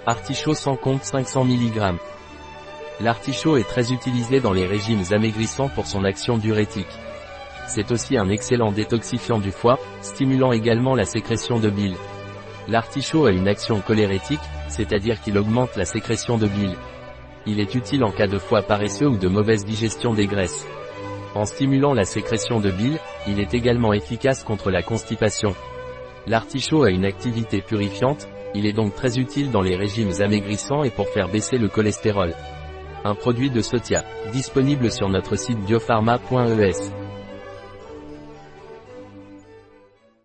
Artichaut sans compte 500 mg. L'artichaut est très utilisé dans les régimes amaigrissants pour son action diurétique. C'est aussi un excellent détoxifiant du foie, stimulant également la sécrétion de bile. L'artichaut a une action cholérétique, c'est-à-dire qu'il augmente la sécrétion de bile. Il est utile en cas de foie paresseux ou de mauvaise digestion des graisses. En stimulant la sécrétion de bile, il est également efficace contre la constipation. L'artichaut a une activité purifiante, il est donc très utile dans les régimes amaigrissants et pour faire baisser le cholestérol. Un produit de Sotia, disponible sur notre site biopharma.es.